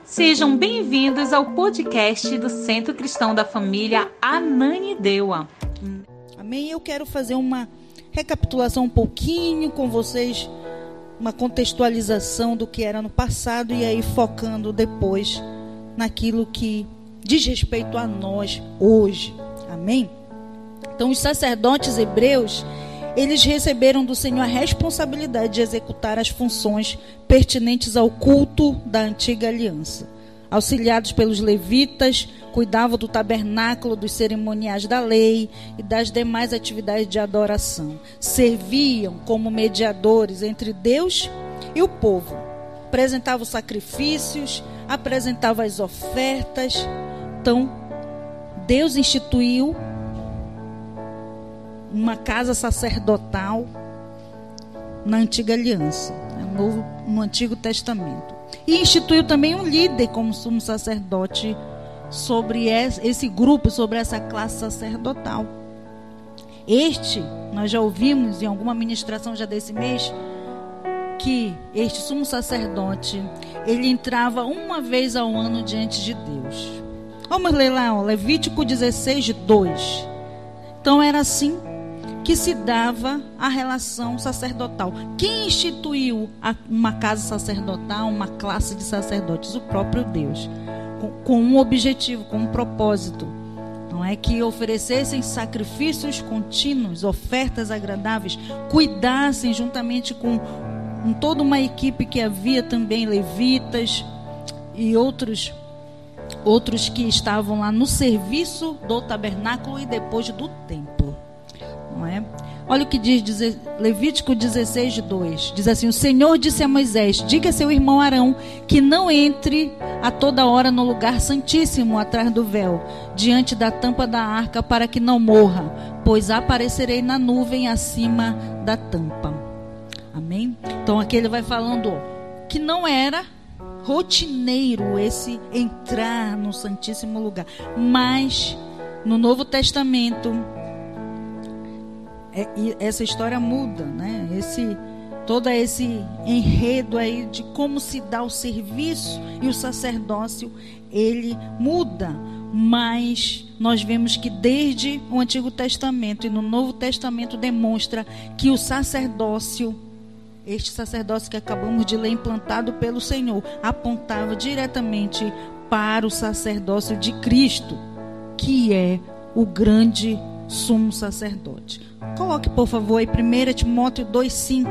Sejam bem-vindos ao podcast do Centro Cristão da Família Ananindeua. Amém? Eu quero fazer uma recapitulação um pouquinho com vocês, uma contextualização do que era no passado e aí focando depois naquilo que diz respeito a nós hoje. Amém? Então, os sacerdotes hebreus, eles receberam do Senhor a responsabilidade de executar as funções pertinentes ao culto da antiga aliança. Auxiliados pelos levitas, cuidavam do tabernáculo, dos cerimoniais da lei e das demais atividades de adoração. Serviam como mediadores entre Deus e o povo. Apresentavam sacrifícios, apresentavam as ofertas. Então, Deus instituiu uma casa sacerdotal na antiga aliança, no Antigo Testamento. E instituiu também um líder como sumo sacerdote sobre esse grupo, sobre essa classe sacerdotal. Nós já ouvimos em alguma ministração já desse mês, que este sumo sacerdote, ele entrava uma vez ao ano diante de Deus. Vamos ler lá, Levítico 16, 2. Então era assim que se dava a relação sacerdotal. Quem instituiu uma casa sacerdotal, uma classe de sacerdotes? O próprio Deus, com um objetivo, com um propósito. Não é que oferecessem sacrifícios contínuos, ofertas agradáveis, cuidassem juntamente com toda uma equipe que havia também, levitas e outros que estavam lá no serviço do tabernáculo e depois do templo. Não é? Olha o que diz Levítico 16, 2. Diz assim: o Senhor disse a Moisés: diga a seu irmão Arão que não entre a toda hora no lugar santíssimo atrás do véu, diante da tampa da arca, para que não morra, pois aparecerei na nuvem acima da tampa. Amém? Então aqui ele vai falando que não era rotineiro esse entrar no Santíssimo Lugar, mas no Novo Testamento essa história muda, né? Todo esse enredo aí de como se dá o serviço e o sacerdócio, ele muda, mas nós vemos que desde o Antigo Testamento e no Novo Testamento demonstra que o sacerdócio, este sacerdócio que acabamos de ler, implantado pelo Senhor, apontava diretamente para o sacerdócio de Cristo, que é o grande sumo sacerdote. Coloque, por favor, aí 1 Timóteo 2,5.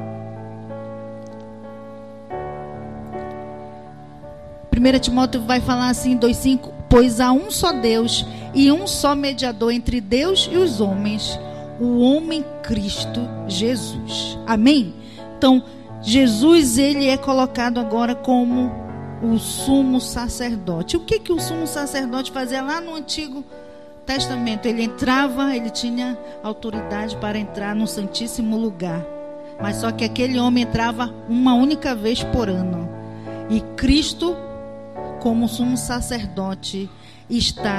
1 Timóteo vai falar assim, 2,5: pois há um só Deus e um só mediador entre Deus e os homens, o homem Cristo Jesus. Amém? Então, Jesus, ele é colocado agora como o sumo sacerdote. O que o sumo sacerdote fazia lá no Antigo Testamento? Ele entrava, ele tinha autoridade para entrar no Santíssimo Lugar, mas só que aquele homem entrava uma única vez por ano. E Cristo, como sumo sacerdote, está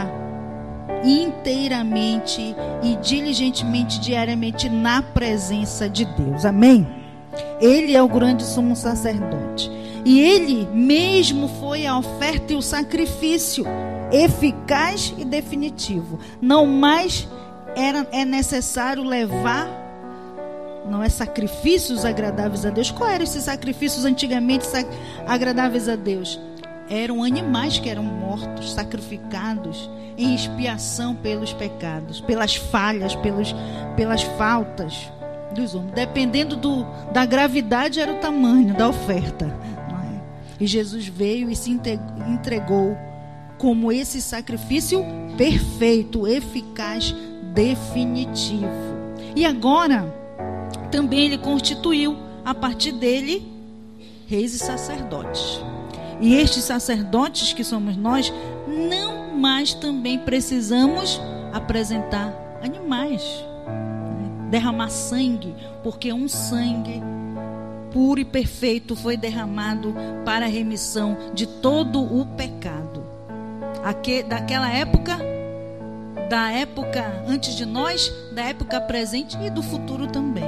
inteiramente e diligentemente, diariamente na presença de Deus. Amém? Ele é o grande sumo sacerdote. E ele mesmo foi a oferta e o sacrifício eficaz e definitivo. Não mais é necessário levar, não é, sacrifícios agradáveis a Deus. Qual eram esses sacrifícios antigamente agradáveis a Deus? Eram animais que eram mortos, sacrificados em expiação pelos pecados, pelas falhas, pelas faltas dos homens. Dependendo da gravidade era o tamanho da oferta, não é? E Jesus veio e se entregou como esse sacrifício perfeito, eficaz, definitivo. E agora também ele constituiu a partir dele reis e sacerdotes. E estes sacerdotes que somos nós, não mais também precisamos apresentar animais, derramar sangue, porque um sangue puro e perfeito foi derramado para a remissão de todo o pecado. Daquela época, da época antes de nós, da época presente e do futuro também.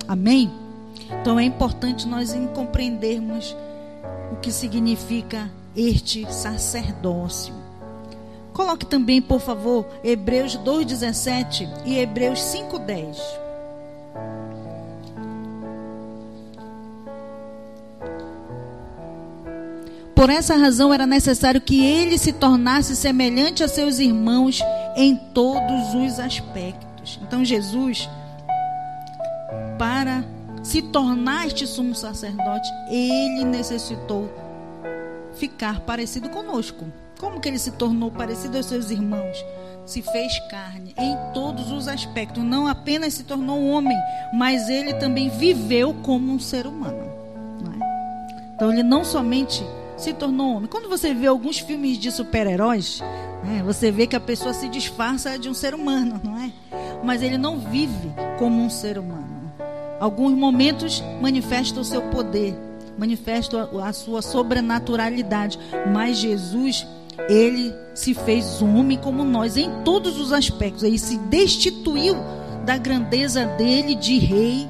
Amém? Então é importante nós compreendermos o que significa este sacerdócio. Coloque também, por favor, Hebreus 2:17 e Hebreus 5:10. Por essa razão era necessário que ele se tornasse semelhante a seus irmãos em todos os aspectos. Então Jesus, para se tornar este sumo sacerdote, ele necessitou ficar parecido conosco. Como que ele se tornou parecido aos seus irmãos? Se fez carne em todos os aspectos. Não apenas se tornou um homem, mas ele também viveu como um ser humano. Não é? Então ele não somente se tornou homem. Quando você vê alguns filmes de super-heróis, você vê que a pessoa se disfarça de um ser humano, não é? Mas ele não vive como um ser humano. Alguns momentos manifesta o seu poder, manifesta a sua sobrenaturalidade, mas Jesus, ele se fez homem como nós em todos os aspectos. Ele se destituiu da grandeza dele de rei,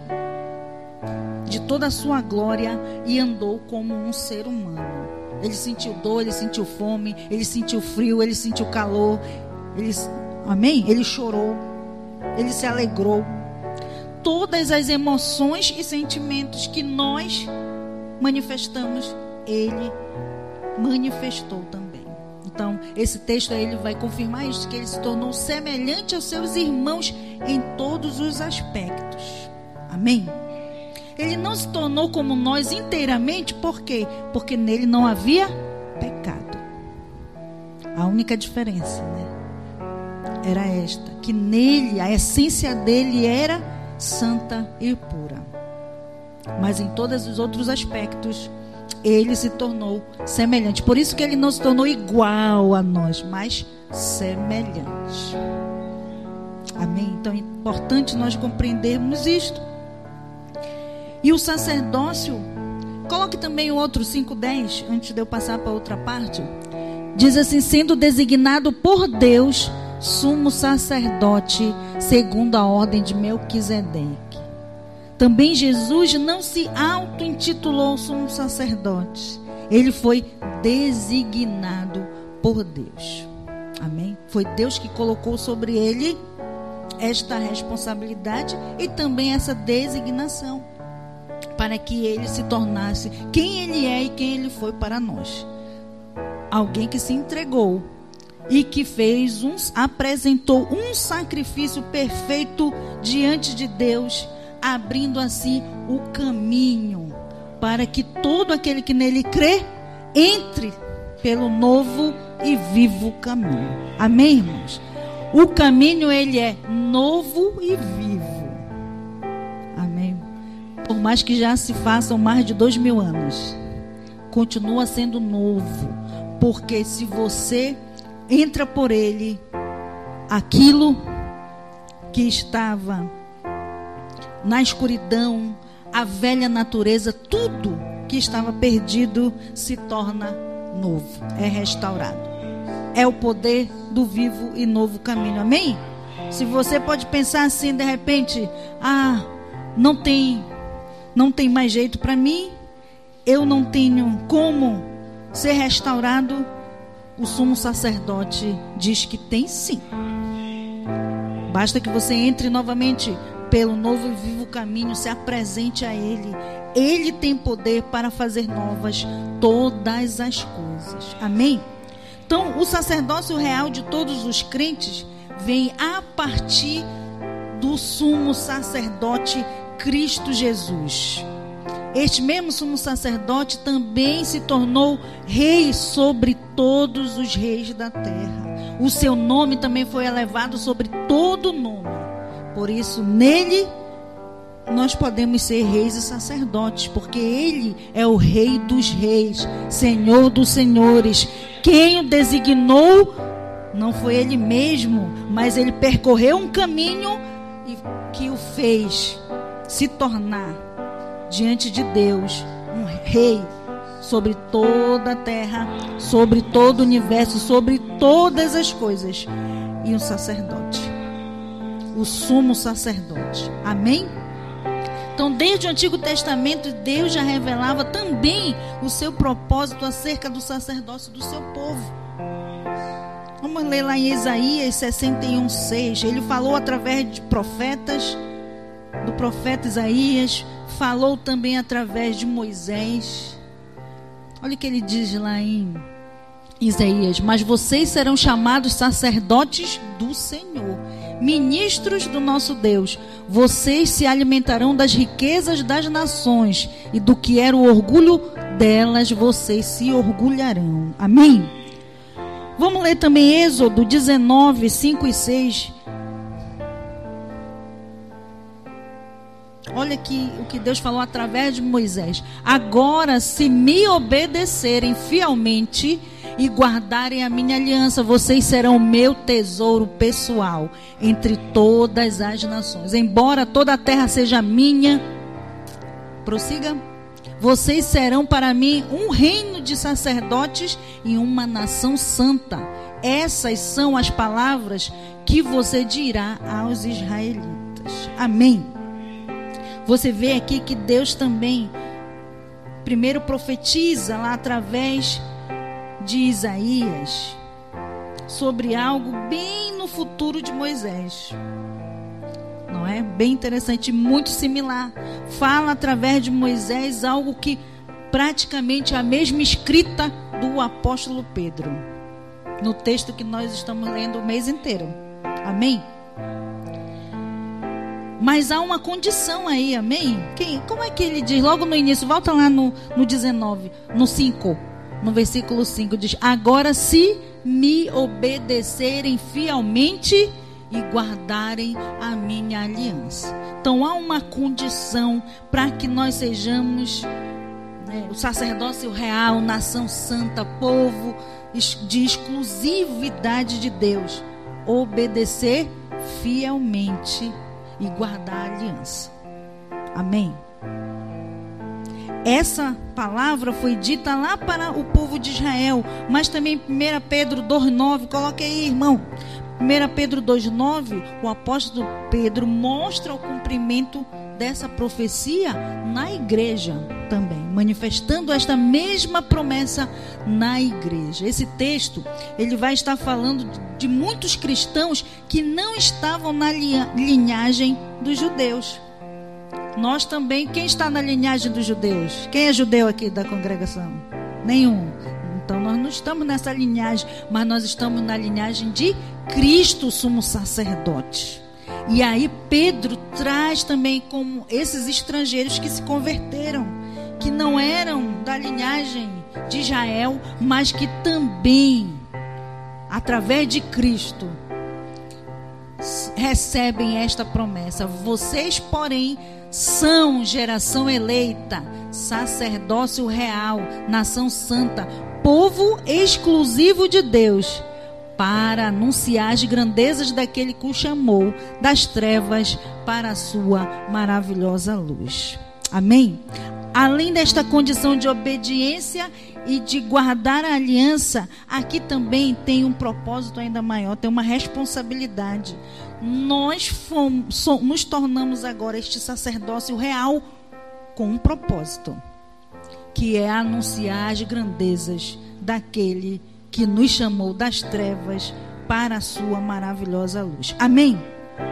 de toda a sua glória, e andou como um ser humano. Ele sentiu dor, ele sentiu fome, ele sentiu frio, ele sentiu calor. Amém? Ele chorou, ele se alegrou. Todas as emoções e sentimentos que nós manifestamos, ele manifestou também. Então, esse texto aí, ele vai confirmar isso, que ele se tornou semelhante aos seus irmãos em todos os aspectos. Amém? Ele não se tornou como nós inteiramente, por quê? Porque nele não havia pecado. A única diferença, era esta, que nele, a essência dele era santa e pura. Mas em todos os outros aspectos, ele se tornou semelhante. Por isso que ele não se tornou igual a nós, mas semelhante. Amém? Então é importante nós compreendermos isto. E o sacerdócio, coloque também o outro 5:10, antes de eu passar para outra parte. Diz assim: sendo designado por Deus sumo sacerdote segundo a ordem de Melquisedeque. Também Jesus não se auto-intitulou sumo sacerdote. Ele foi designado por Deus. Amém? Foi Deus que colocou sobre ele esta responsabilidade e também essa designação, para que ele se tornasse quem ele é e quem ele foi para nós. Alguém que se entregou e que apresentou um sacrifício perfeito diante de Deus, abrindo assim o caminho para que todo aquele que nele crê entre pelo novo e vivo caminho. Amém, irmãos? O caminho, ele é novo e vivo. Amém? Por mais que já se façam mais de 2000 anos, continua sendo novo, porque se você entra por ele, aquilo que estava na escuridão, a velha natureza, tudo que estava perdido se torna novo, é restaurado. É o poder do vivo e novo caminho. Amém? Se você pode pensar assim, de repente, não tem mais jeito para mim, eu não tenho como ser restaurado, o sumo sacerdote diz que tem sim. Basta que você entre novamente pelo novo e vivo caminho, se apresente a ele. Ele tem poder para fazer novas todas as coisas. Amém? Então, o sacerdócio real de todos os crentes vem a partir do sumo sacerdote Cristo Jesus. Este mesmo sumo sacerdote também se tornou rei sobre todos os reis da terra. O seu nome também foi elevado sobre todo nome. Por isso, nele, nós podemos ser reis e sacerdotes, porque ele é o rei dos reis, senhor dos senhores. Quem o designou não foi ele mesmo, mas ele percorreu um caminho e que o fez se tornar diante de Deus um rei sobre toda a terra, sobre todo o universo, sobre todas as coisas, e um sacerdote, o sumo sacerdote. Amém? Então, desde o Antigo Testamento, Deus já revelava também o seu propósito acerca do sacerdócio do seu povo. Vamos ler lá em Isaías 61:6. Ele falou através de profetas, do profeta Isaías, falou também através de Moisés. Olha o que ele diz lá em Isaías: mas vocês serão chamados sacerdotes do Senhor, ministros do nosso Deus. Vocês se alimentarão das riquezas das nações, e do que era o orgulho delas vocês se orgulharão. Amém? Vamos ler também Êxodo 19, 5 e 6. Olha aqui o que Deus falou através de Moisés. Agora, se me obedecerem fielmente e guardarem a minha aliança, vocês serão meu tesouro pessoal entre todas as nações. Embora toda a terra seja minha, prossiga. Vocês serão para mim um reino de sacerdotes e uma nação santa. Essas são as palavras que você dirá aos israelitas. Amém. Você vê aqui que Deus também primeiro profetiza lá através de Isaías sobre algo bem no futuro de Moisés. Não é? Bem interessante, muito similar. Fala através de Moisés algo que praticamente é a mesma escrita do apóstolo Pedro, no texto que nós estamos lendo o mês inteiro. Amém? Mas há uma condição aí, amém? Como é que ele diz logo no início? Volta lá no 19, no 5, no versículo 5, diz: agora se me obedecerem fielmente e guardarem a minha aliança. Então há uma condição para que nós sejamos o sacerdócio real, nação santa, povo de exclusividade de Deus. Obedecer fielmente e guardar a aliança. Amém? Essa palavra foi dita lá para o povo de Israel, mas também 1 Pedro 2,9, coloque aí, irmão. 1 Pedro 2,9, o apóstolo Pedro mostra o cumprimento dessa profecia na igreja também, manifestando esta mesma promessa na igreja. Esse texto, ele vai estar falando de muitos cristãos que não estavam na linhagem dos judeus. Nós também, quem está na linhagem dos judeus? Quem é judeu aqui da congregação? Nenhum. Então nós não estamos nessa linhagem, mas nós estamos na linhagem de Cristo, sumo sacerdote. E aí Pedro traz também como esses estrangeiros que se converteram, que não eram da linhagem de Israel, mas que também, através de Cristo, recebem esta promessa. Vocês, porém, são geração eleita, sacerdócio real, nação santa, povo exclusivo de Deus, para anunciar as grandezas daquele que o chamou das trevas para a sua maravilhosa luz. Amém? Além desta condição de obediência e de guardar a aliança, aqui também tem um propósito ainda maior, tem uma responsabilidade. Nós nos tornamos agora este sacerdócio real com um propósito, que é anunciar as grandezas daquele que nos chamou das trevas para a sua maravilhosa luz. Amém?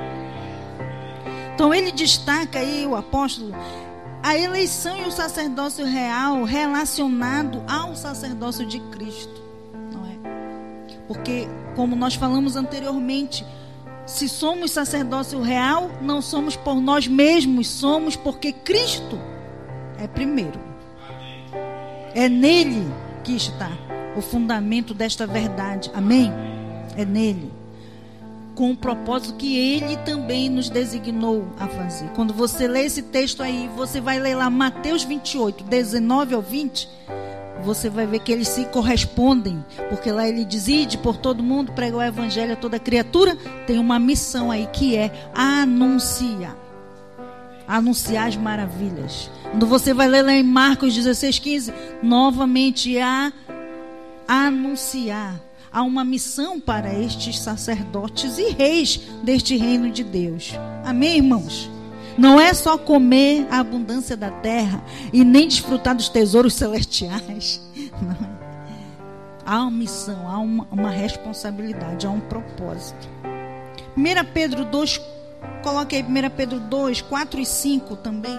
Então ele destaca aí, o apóstolo, a eleição e o sacerdócio real relacionado ao sacerdócio de Cristo, não é? Porque, como nós falamos anteriormente, se somos sacerdócio real, não somos por nós mesmos, somos porque Cristo é primeiro. É nele que está o fundamento desta verdade. Amém? É nele. Com o propósito que ele também nos designou a fazer. Quando você lê esse texto aí, você vai ler lá Mateus 28, 19 ao 20, você vai ver que eles se correspondem, porque lá ele diz: ide por todo mundo, prega o evangelho a toda criatura. Tem uma missão aí que é anunciar as maravilhas. Quando você vai ler lá em Marcos 16:15, novamente anunciar. Há uma missão para estes sacerdotes e reis deste reino de Deus. Amém, irmãos? Não é só comer a abundância da terra e nem desfrutar dos tesouros celestiais. Não. Há uma missão, há uma responsabilidade, há um propósito. 1 Pedro 2, coloque aí 1 Pedro 2, 4 e 5 também.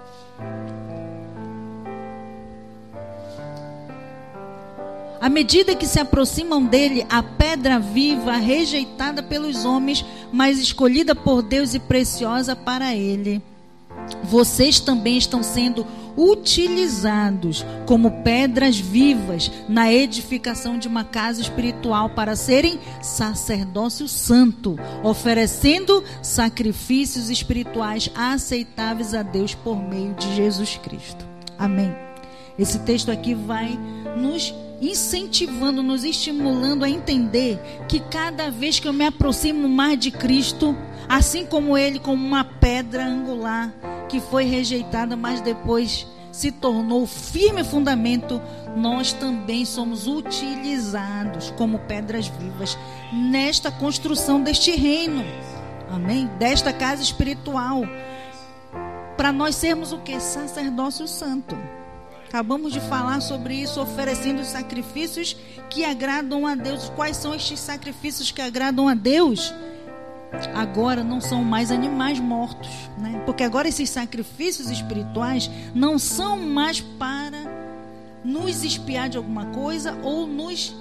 À medida que se aproximam dele, a pedra viva, rejeitada pelos homens, mas escolhida por Deus e preciosa para ele, vocês também estão sendo utilizados como pedras vivas na edificação de uma casa espiritual para serem sacerdócio santo, oferecendo sacrifícios espirituais aceitáveis a Deus por meio de Jesus Cristo. Amém. Esse texto aqui vai nos incentivando, nos estimulando a entender que cada vez que eu me aproximo mais de Cristo, assim como ele, como uma pedra angular que foi rejeitada, mas depois se tornou firme fundamento, nós também somos utilizados como pedras vivas nesta construção deste reino, amém? Desta casa espiritual, para nós sermos o que? Sacerdócio santo. Acabamos de falar sobre isso, oferecendo sacrifícios que agradam a Deus. Quais são estes sacrifícios que agradam a Deus? Agora não são mais animais mortos, né? Porque agora esses sacrifícios espirituais não são mais para nos expiar de alguma coisa ou nos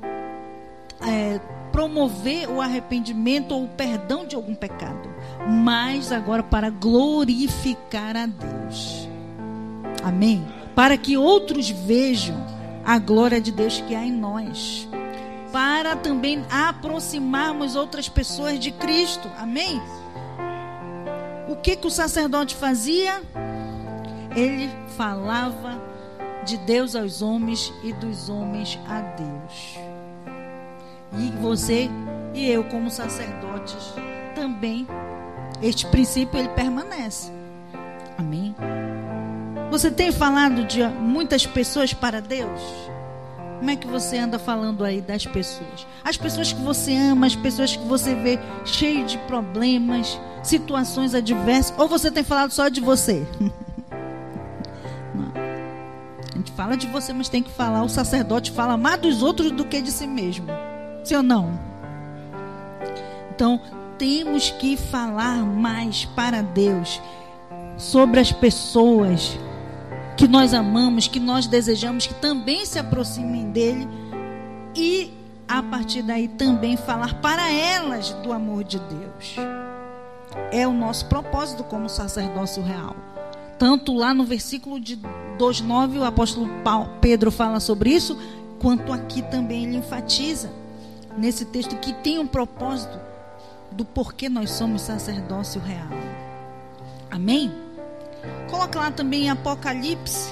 promover o arrependimento ou o perdão de algum pecado, mas agora para glorificar a Deus. Amém? Para que outros vejam a glória de Deus que há em nós, para também aproximarmos outras pessoas de Cristo. Amém? O que o sacerdote fazia? Ele falava de Deus aos homens e dos homens a Deus. E você e eu, como sacerdotes, também, este princípio ele permanece. Amém? Você tem falado de muitas pessoas para Deus? Como é que você anda falando aí das pessoas? As pessoas que você ama, as pessoas que você vê cheio de problemas, situações adversas, ou você tem falado só de você? Não. A gente fala de você, mas tem que falar, o sacerdote fala mais dos outros do que de si mesmo. Sim ou não? Então, temos que falar mais para Deus sobre as pessoas que nós amamos, que nós desejamos que também se aproximem dele, e a partir daí também falar para elas do amor de Deus. É o nosso propósito como sacerdócio real. Tanto lá no versículo de 2:9 o apóstolo Pedro fala sobre isso, quanto aqui também ele enfatiza nesse texto que tem um propósito do porquê nós somos sacerdócio real. Amém? Coloca lá também Apocalipse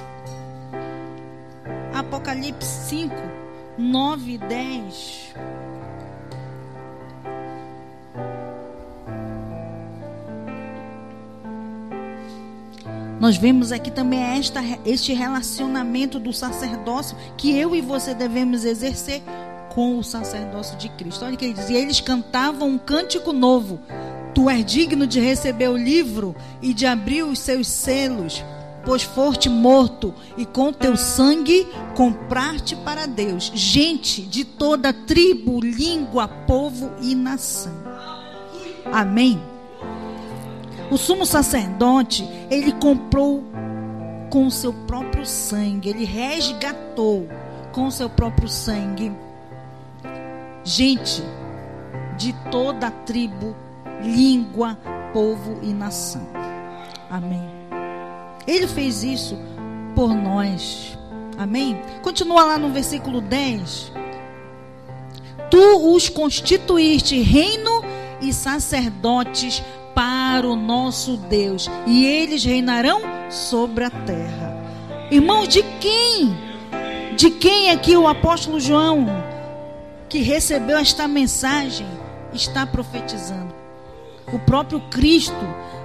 5, 9 e 10. Nós vemos aqui também este relacionamento do sacerdócio que eu e você devemos exercer com o sacerdócio de Cristo. Olha o que ele diz: e eles cantavam um cântico novo. Tu és digno de receber o livro e de abrir os seus selos, pois foste morto e com teu sangue compraste para Deus gente de toda tribo, língua, povo e nação. Amém? O sumo sacerdote, ele comprou com o seu próprio sangue, ele resgatou com o seu próprio sangue gente de toda tribo, língua, povo e nação. Amém. Ele fez isso por nós. Amém. Continua lá no versículo 10. Tu os constituíste reino e sacerdotes para o nosso Deus, e eles reinarão sobre a terra. Irmãos, de quem? De quem é que o apóstolo João, que recebeu esta mensagem, está profetizando? O próprio Cristo.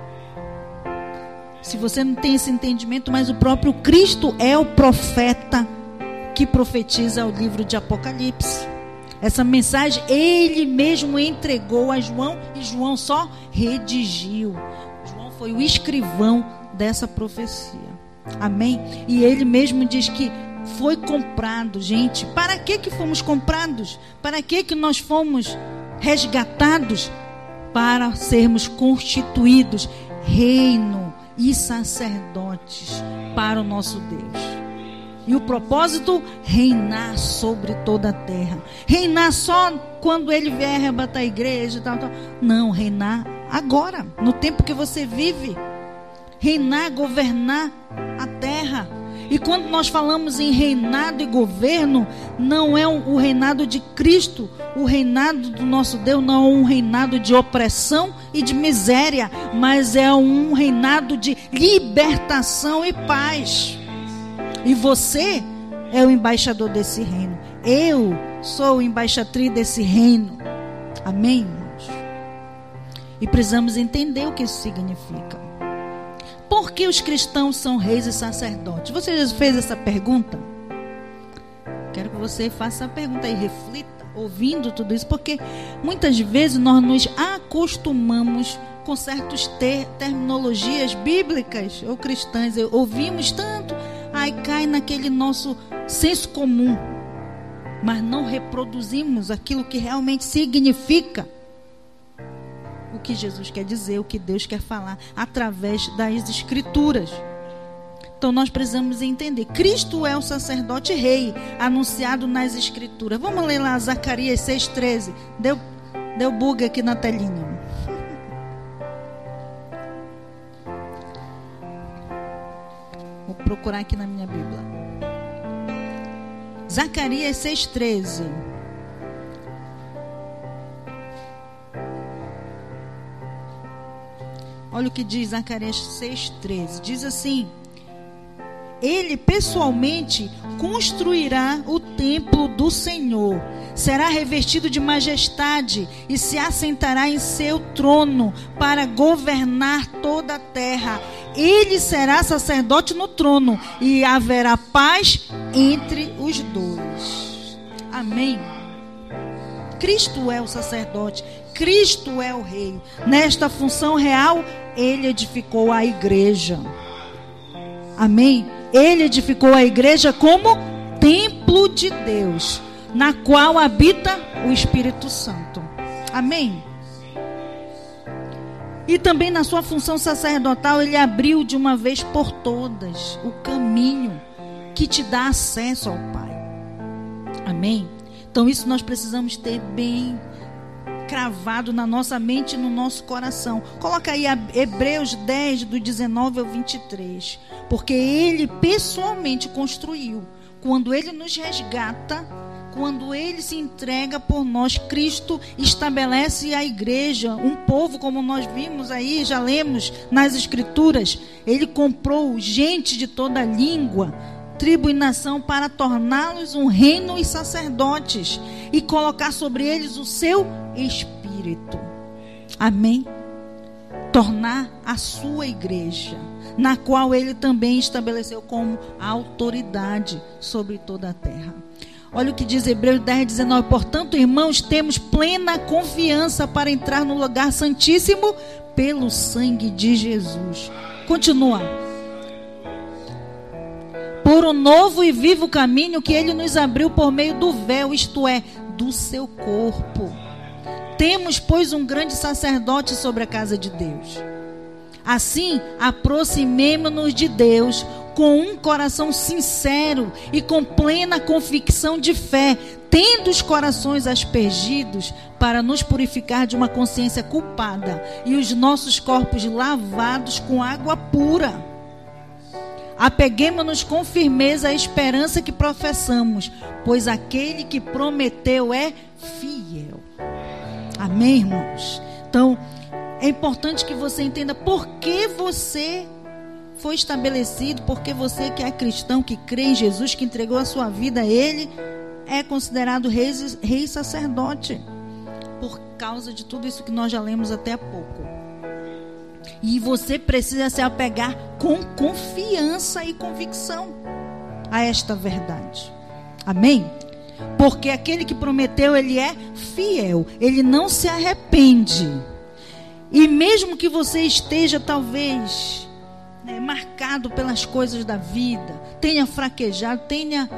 Se você não tem esse entendimento, mas o próprio Cristo é o profeta que profetiza o livro de Apocalipse. Essa mensagem ele mesmo entregou a João, e João só redigiu. João foi o escrivão dessa profecia. Amém? E ele mesmo diz que foi comprado, gente. Para que fomos comprados? Para que nós fomos resgatados? Para sermos constituídos reino e sacerdotes para o nosso Deus. E o propósito? Reinar sobre toda a terra. Reinar só quando ele vier arrebatar a igreja e tal. Não, reinar agora, no tempo que você vive. Reinar, governar a terra. E quando nós falamos em reinado e governo, não é o reinado de Cristo, o reinado do nosso Deus não é um reinado de opressão e de miséria, mas é um reinado de libertação e paz. E você é o embaixador desse reino. Eu sou embaixatriz desse reino. Amém, irmãos? E precisamos entender o que isso significa. Por que os cristãos são reis e sacerdotes? Você já fez essa pergunta? Quero que você faça a pergunta e reflita, ouvindo tudo isso, porque muitas vezes nós nos acostumamos com certas terminologias bíblicas ou cristãs. Ouvimos tanto, aí cai naquele nosso senso comum, mas não reproduzimos aquilo que realmente significa o que Jesus quer dizer, o que Deus quer falar através das Escrituras. Então nós precisamos entender. Cristo é o sacerdote rei anunciado nas Escrituras. Vamos ler lá Zacarias 6,13. Deu bug aqui na telinha. Vou procurar aqui na minha Bíblia. Zacarias 6,13. Olha o que diz Zacarias 6,13. Diz assim: Ele pessoalmente construirá o templo do Senhor, será revestido de majestade e se assentará em seu trono para governar toda a terra. Ele será sacerdote no trono e haverá paz entre os dois. Amém? Cristo é o sacerdote, Cristo é o rei. Nesta função real, ele edificou a igreja. Amém? Ele edificou a igreja como templo de Deus, na qual habita o Espírito Santo. Amém? E também na sua função sacerdotal, ele abriu de uma vez por todas o caminho que te dá acesso ao Pai. Amém? Então isso nós precisamos ter bem cravado na nossa mente e no nosso coração. Coloca aí Hebreus 10, do 19 ao 23. Porque ele pessoalmente construiu. Quando ele nos resgata, quando ele se entrega por nós, Cristo estabelece a igreja, um povo, como nós vimos aí, já lemos nas Escrituras. Ele comprou gente de toda língua, tribo e nação, para torná-los um reino e sacerdotes, e colocar sobre eles o seu Espírito. Amém? Tornar a sua igreja, na qual ele também estabeleceu como autoridade sobre toda a terra. Olha o que diz Hebreus 10, 19. Portanto, irmãos, temos plena confiança para entrar no lugar santíssimo pelo sangue de Jesus. Continua. Por um novo e vivo caminho que ele nos abriu por meio do véu, isto é, do seu corpo. Temos, pois, um grande sacerdote sobre a casa de Deus. Assim, aproximemo-nos de Deus com um coração sincero e com plena convicção de fé, tendo os corações aspergidos para nos purificar de uma consciência culpada e os nossos corpos lavados com água pura. Apeguemo-nos com firmeza à esperança que professamos, pois aquele que prometeu é fiel. Amém, irmãos? Então, é importante que você entenda por que você foi estabelecido, porque você que é cristão, que crê em Jesus, que entregou a sua vida a Ele, é considerado rei e sacerdote, por causa de tudo isso que nós já lemos até há pouco. E você precisa se apegar com confiança e convicção a esta verdade. Amém? Porque aquele que prometeu, ele é fiel, ele não se arrepende. E mesmo que você esteja talvez marcado pelas coisas da vida, tenha fraquejado, tenha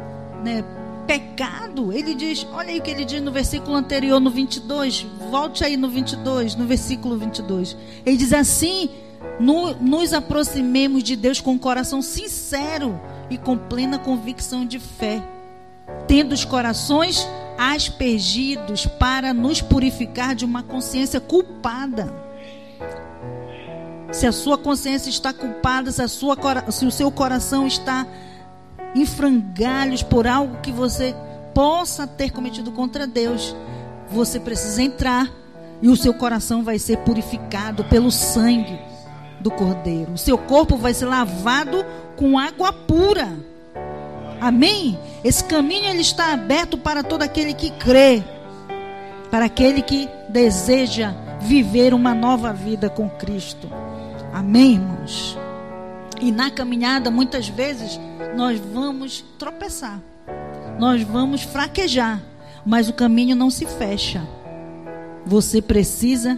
pecado, ele diz, olha aí o que ele diz no versículo anterior, no 22, volte aí no 22, no versículo 22, ele diz assim: nos aproximemos de Deus com um coração sincero e com plena convicção de fé, tendo os corações aspergidos para nos purificar de uma consciência culpada. Se a sua consciência está culpada, se o seu coração está em frangalhos por algo que você possa ter cometido contra Deus, você precisa entrar e o seu coração vai ser purificado pelo sangue do Cordeiro. O seu corpo vai ser lavado com água pura. Amém? Esse caminho ele está aberto para todo aquele que crê, para aquele que deseja viver uma nova vida com Cristo. Amém, irmãos? E na caminhada, muitas vezes, nós vamos tropeçar, nós vamos fraquejar, mas o caminho não se fecha. Você precisa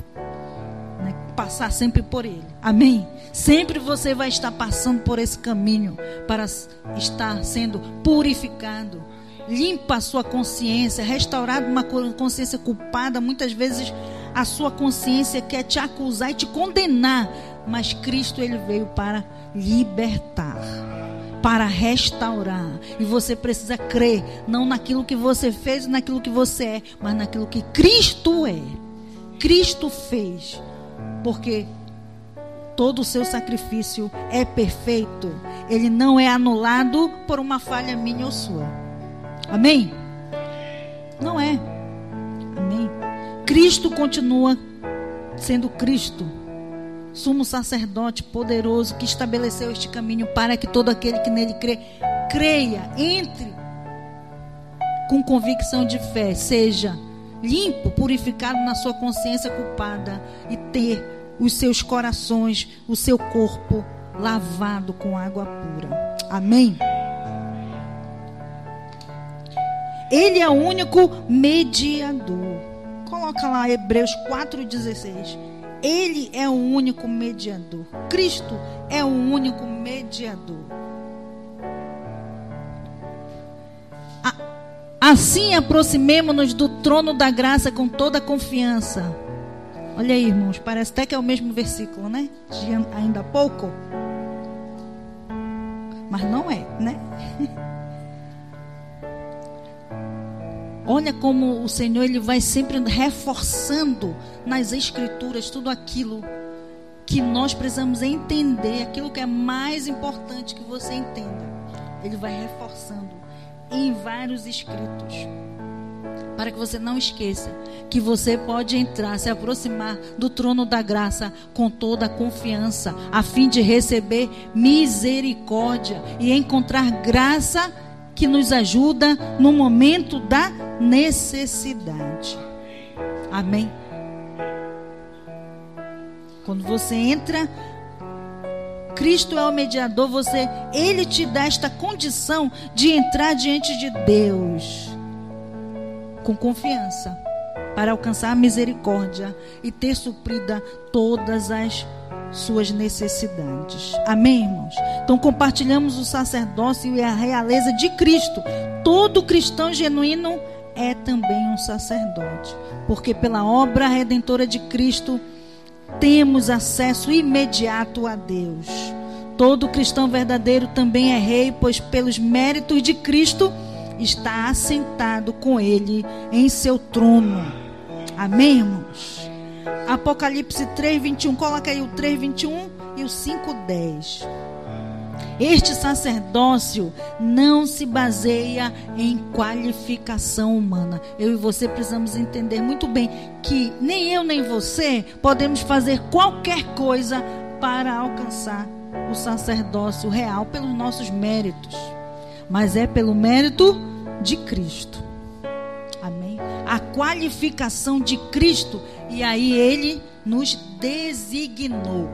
passar sempre por ele. Amém? Sempre você vai estar passando por esse caminho para estar sendo purificado. Limpa a sua consciência, restaurada uma consciência culpada. Muitas vezes a sua consciência quer te acusar e te condenar, mas Cristo ele veio para libertar, para restaurar. E você precisa crer, não naquilo que você fez, naquilo que você é, mas naquilo que Cristo é. Cristo fez, porque todo o seu sacrifício é perfeito. Ele não é anulado por uma falha minha ou sua. Amém? Não é. Amém? Cristo continua sendo Cristo, sumo sacerdote poderoso que estabeleceu este caminho para que todo aquele que nele crê, creia, entre com convicção de fé, seja limpo, purificado na sua consciência culpada e ter os seus corações, o seu corpo lavado com água pura. Amém? Ele é o único mediador. Coloca lá Hebreus 4,16. Ele é o único mediador. Cristo é o único mediador. Assim aproximemo-nos do trono da graça com toda a confiança. Olha aí, irmãos, parece até que é o mesmo versículo, né? De ainda há pouco. Mas não é, né? Olha como o Senhor ele vai sempre reforçando nas Escrituras tudo aquilo que nós precisamos entender, aquilo que é mais importante que você entenda. Ele vai reforçando em vários escritos, para que você não esqueça que você pode entrar, se aproximar do trono da graça com toda a confiança, a fim de receber misericórdia e encontrar graça que nos ajuda no momento da necessidade. Amém? Quando você entra, Cristo é o mediador, ele te dá esta condição de entrar diante de Deus com confiança, para alcançar a misericórdia e ter suprida todas as suas necessidades. Amém, irmãos? Então compartilhamos o sacerdócio e a realeza de Cristo. Todo cristão genuíno é também um sacerdote, porque pela obra redentora de Cristo temos acesso imediato a Deus. Todo cristão verdadeiro também é rei, pois pelos méritos de Cristo está assentado com ele em seu trono. Amém, irmãos? Apocalipse 3:21, coloca aí o 3:21 e o 5:10. Este sacerdócio não se baseia em qualificação humana. Eu e você precisamos entender muito bem que nem eu nem você podemos fazer qualquer coisa para alcançar o sacerdócio real pelos nossos méritos, mas é pelo mérito de Cristo. Amém? A qualificação de Cristo, e aí ele nos designou.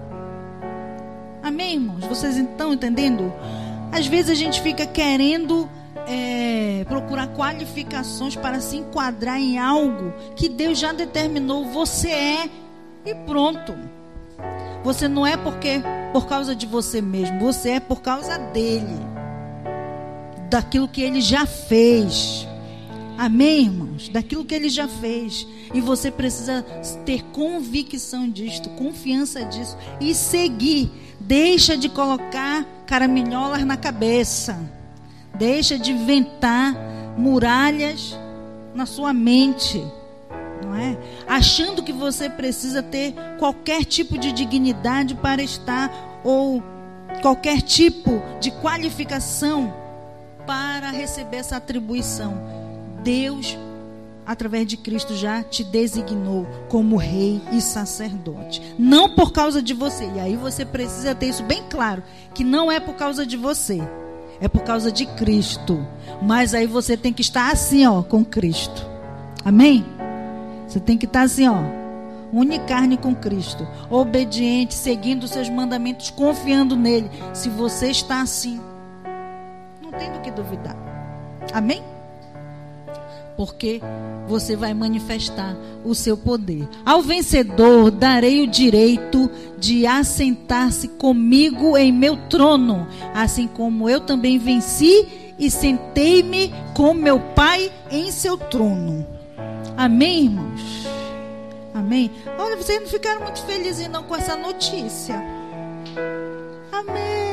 Amém, irmãos? Vocês estão entendendo? Às vezes a gente fica querendo procurar qualificações para se enquadrar em algo que Deus já determinou. Você é E pronto. Você não é por causa de você mesmo, você é por causa dele, daquilo que ele já fez. Amém, irmãos? Daquilo que ele já fez. E você precisa ter convicção disto, confiança disso e seguir. Deixa de colocar caraminholas na cabeça. Deixa de inventar muralhas na sua mente, não é? Achando que você precisa ter qualquer tipo de dignidade para estar, ou qualquer tipo de qualificação para receber essa atribuição. Deus, através de Cristo, já te designou como rei e sacerdote. Não por causa de você. E aí você precisa ter isso bem claro, que não é por causa de você, é por causa de Cristo. Mas aí você tem que estar assim, ó, com Cristo. Amém? Você tem que estar assim, ó, unicarne com Cristo, obediente, seguindo os seus mandamentos, confiando nele. Se você está assim, não tem do que duvidar. Amém? Porque você vai manifestar o seu poder. Ao vencedor darei o direito de assentar-se comigo em meu trono, assim como eu também venci e sentei-me com meu Pai em seu trono. Amém, irmãos? Amém? Olha, vocês não ficaram muito felizes não com essa notícia. Amém.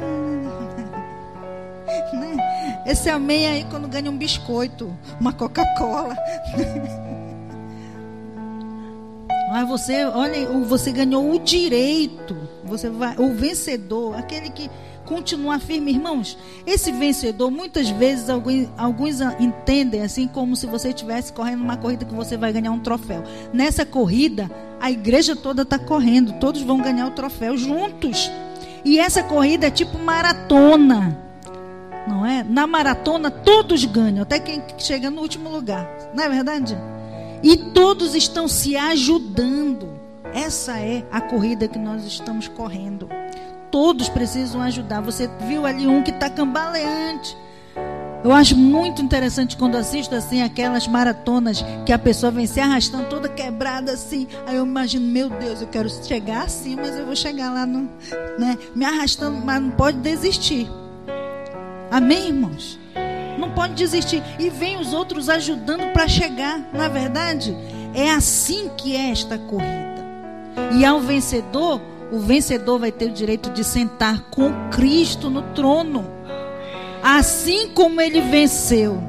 Né? Esse amém aí quando ganha um biscoito, uma Coca-Cola. Mas você, olha, você ganhou o direito. Você vai, o vencedor, aquele que continua firme, irmãos. Esse vencedor, muitas vezes alguns entendem assim como se você estivesse correndo uma corrida que você vai ganhar um troféu. Nessa corrida, a igreja toda está correndo, todos vão ganhar o troféu juntos. E essa corrida é tipo maratona. Não é? Na maratona todos ganham, até quem chega no último lugar. Não é verdade? E todos estão se ajudando. Essa é a corrida que nós estamos correndo. Todos precisam ajudar. Você viu ali um que está cambaleante. Eu acho muito interessante quando assisto assim aquelas maratonas que a pessoa vem se arrastando toda quebrada assim. Aí eu imagino, meu Deus, eu quero chegar assim, mas eu vou chegar lá no, né, me arrastando, mas não pode desistir. Amém, irmãos? Não pode desistir. E vem os outros ajudando para chegar. Na verdade, é assim que é esta corrida. E ao vencedor, o vencedor vai ter o direito de sentar com Cristo no trono. Assim como ele venceu.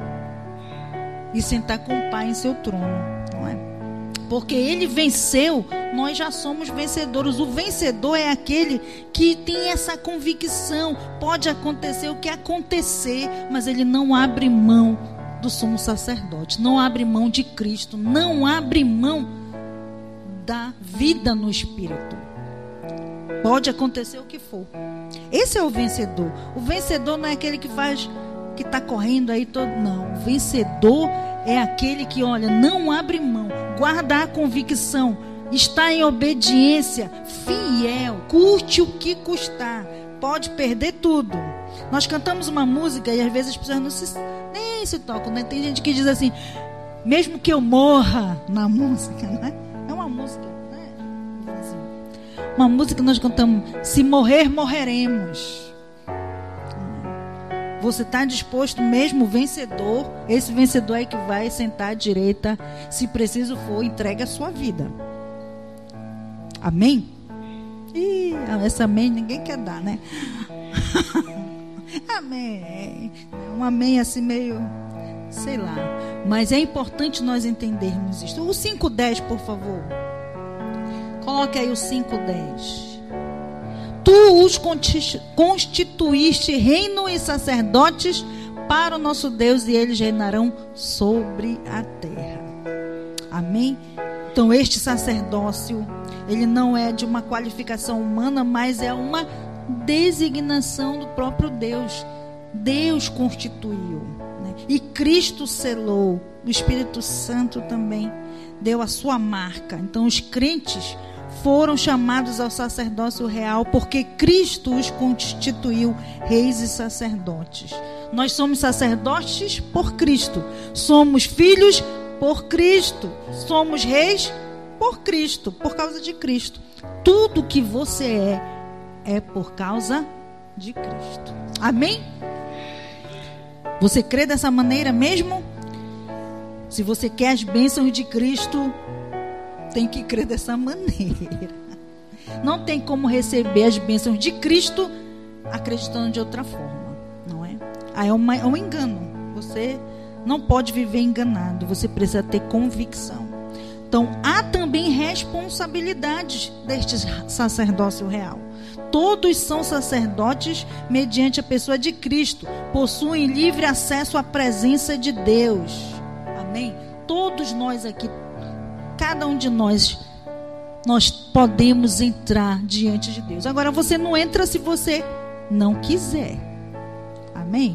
E sentar com o Pai em seu trono. Não é? Porque ele venceu, nós já somos vencedores. O vencedor é aquele que tem essa convicção. Pode acontecer o que acontecer, mas ele não abre mão do sumo sacerdote, não abre mão de Cristo, não abre mão da vida no Espírito. Pode acontecer o que for. Esse é o vencedor. O vencedor não é aquele que está correndo aí todo. Não, o vencedor é aquele que, olha, não abre mão, guarda a convicção, está em obediência, fiel, curte o que custar, pode perder tudo. Nós cantamos uma música e às vezes as pessoas nem se tocam, né? Tem gente que diz assim, mesmo que eu morra na música, né? É uma música, né? Uma música que nós cantamos, se morrer, morreremos. Você está disposto mesmo, vencedor? Esse vencedor é que vai sentar à direita. Se preciso for, entregue a sua vida. Amém? Ih, essa amém ninguém quer dar, né? Amém. Um amém assim meio, sei lá. Mas é importante nós entendermos isto. O 5:10, por favor. Coloque aí o 5:10. Tu os constituíste reino e sacerdotes para o nosso Deus, e eles reinarão sobre a terra. Amém? Então este sacerdócio, ele não é de uma qualificação humana, mas é uma designação do próprio Deus. Deus constituiu, né? E Cristo selou. O Espírito Santo também deu a sua marca. Então os crentes foram chamados ao sacerdócio real porque Cristo os constituiu reis e sacerdotes. Nós somos sacerdotes por Cristo, somos filhos por Cristo, somos reis por Cristo, por causa de Cristo. Tudo que você é por causa de Cristo. Amém? Você crê dessa maneira mesmo? Se você quer as bênçãos de Cristo, tem que crer dessa maneira. Não tem como receber as bênçãos de Cristo acreditando de outra forma, não é? Aí é um engano. Você não pode viver enganado. Você precisa ter convicção. Então, há também responsabilidades deste sacerdócio real. Todos são sacerdotes mediante a pessoa de Cristo. Possuem livre acesso à presença de Deus. Amém? Todos nós aqui, cada um de nós podemos entrar diante de Deus. Agora, você não entra se você não quiser. Amém?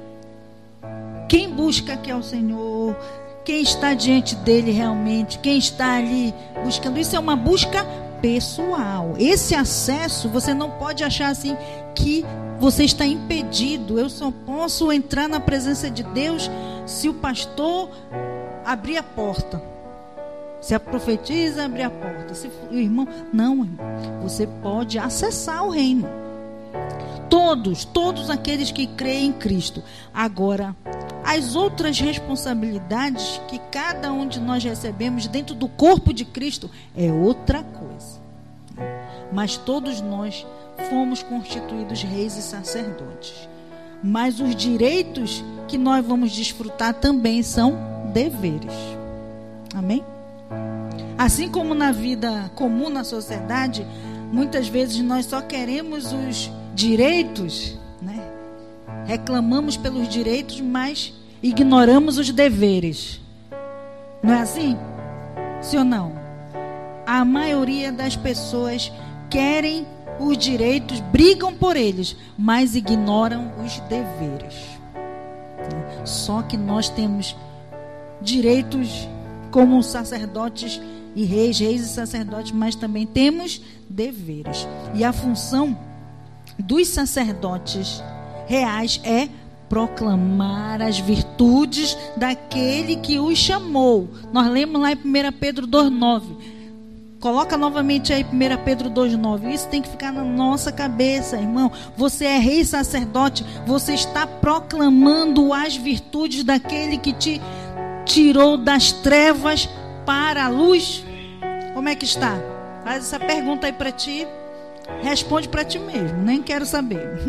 Quem busca aqui ao Senhor, quem está diante dele realmente, quem está ali buscando, isso é uma busca pessoal. Esse acesso, você não pode achar assim que você está impedido. Eu só posso entrar na presença de Deus se o pastor abrir a porta. Se a profetisa abrir a porta. Se o irmão... Não, irmão. Você pode acessar o reino. Todos aqueles que creem em Cristo. Agora, as outras responsabilidades que cada um de nós recebemos dentro do corpo de Cristo é outra coisa. Mas todos nós fomos constituídos reis e sacerdotes. Mas os direitos que nós vamos desfrutar também são deveres. Amém? Assim como na vida comum, na sociedade, muitas vezes nós só queremos os direitos, né? Reclamamos pelos direitos, mas ignoramos os deveres. Não é assim? Sim ou não? A maioria das pessoas querem os direitos, brigam por eles, mas ignoram os deveres. Só que nós temos direitos como sacerdotes e reis e sacerdotes, mas também temos deveres. E a função dos sacerdotes reais é proclamar as virtudes daquele que os chamou. Nós lemos lá em 1 Pedro 2,9. Coloca novamente aí 1 Pedro 2,9. Isso tem que ficar na nossa cabeça, irmão. Você é rei e sacerdote. Você está proclamando as virtudes daquele que te tirou das trevas para a luz. Como é que está? Faz essa pergunta aí para ti. Responde para ti mesmo. Nem quero saber.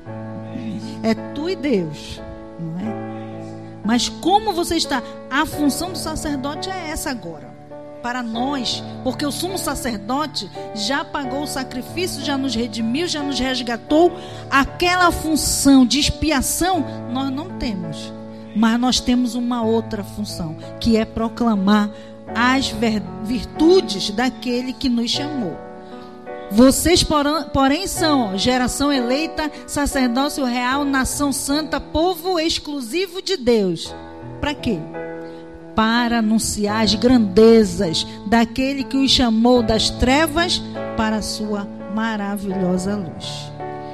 É tu e Deus, não é? Mas como você está? A função do sacerdote é essa agora. Para nós, porque o sumo sacerdote já pagou o sacrifício, já nos redimiu, já nos resgatou. Aquela função de expiação nós não temos. Mas nós temos uma outra função, que é proclamar as virtudes daquele que nos chamou. Vocês, porém, são geração eleita, sacerdócio real, nação santa, povo exclusivo de Deus. Para quê? Para anunciar as grandezas daquele que os chamou das trevas para a sua maravilhosa luz.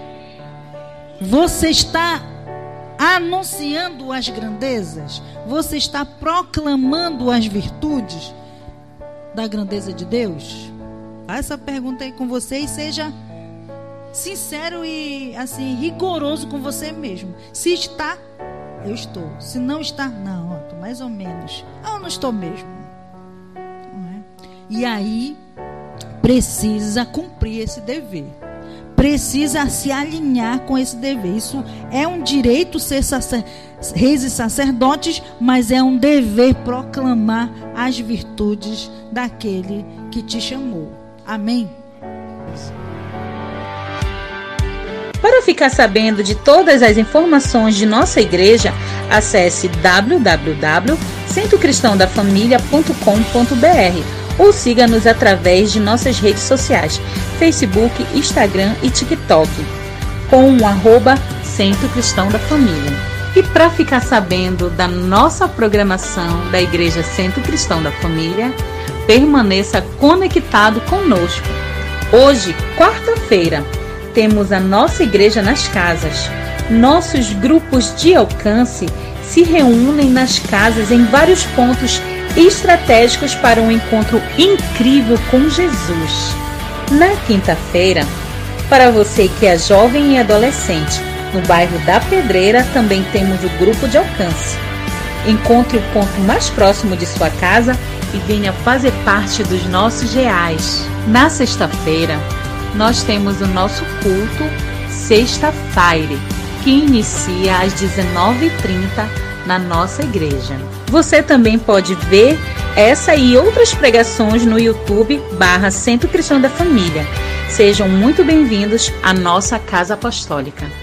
Você está anunciando as grandezas? Você está proclamando as virtudes da grandeza de Deus? Faça essa pergunta aí com você e seja sincero e assim rigoroso com você mesmo. Se está, eu estou. Se não está, não, estou mais ou menos. Eu não estou mesmo. Não é? E aí precisa cumprir esse dever. Precisa se alinhar com esse dever. Isso é um direito ser reis e sacerdotes, mas é um dever proclamar as virtudes daquele que te chamou. Amém? Para ficar sabendo de todas as informações de nossa igreja, acesse www.centrocristãodafamilia.com.br ou siga-nos através de nossas redes sociais, Facebook, Instagram e TikTok, com o @Centro Cristão da Família. E para ficar sabendo da nossa programação da Igreja Centro Cristão da Família, permaneça conectado conosco. Hoje, quarta-feira, temos a nossa igreja nas casas. Nossos grupos de alcance se reúnem nas casas em vários pontos e estratégicos para um encontro incrível com Jesus. Na quinta-feira, para você que é jovem e adolescente, no bairro da Pedreira também temos o grupo de alcance. Encontre o ponto mais próximo de sua casa e venha fazer parte dos nossos reais. Na sexta-feira, nós temos o nosso culto Sexta-feira, que inicia às 19h30 na nossa igreja. Você também pode ver essa e outras pregações no YouTube /Centro Cristão da Família. Sejam muito bem-vindos à nossa Casa Apostólica.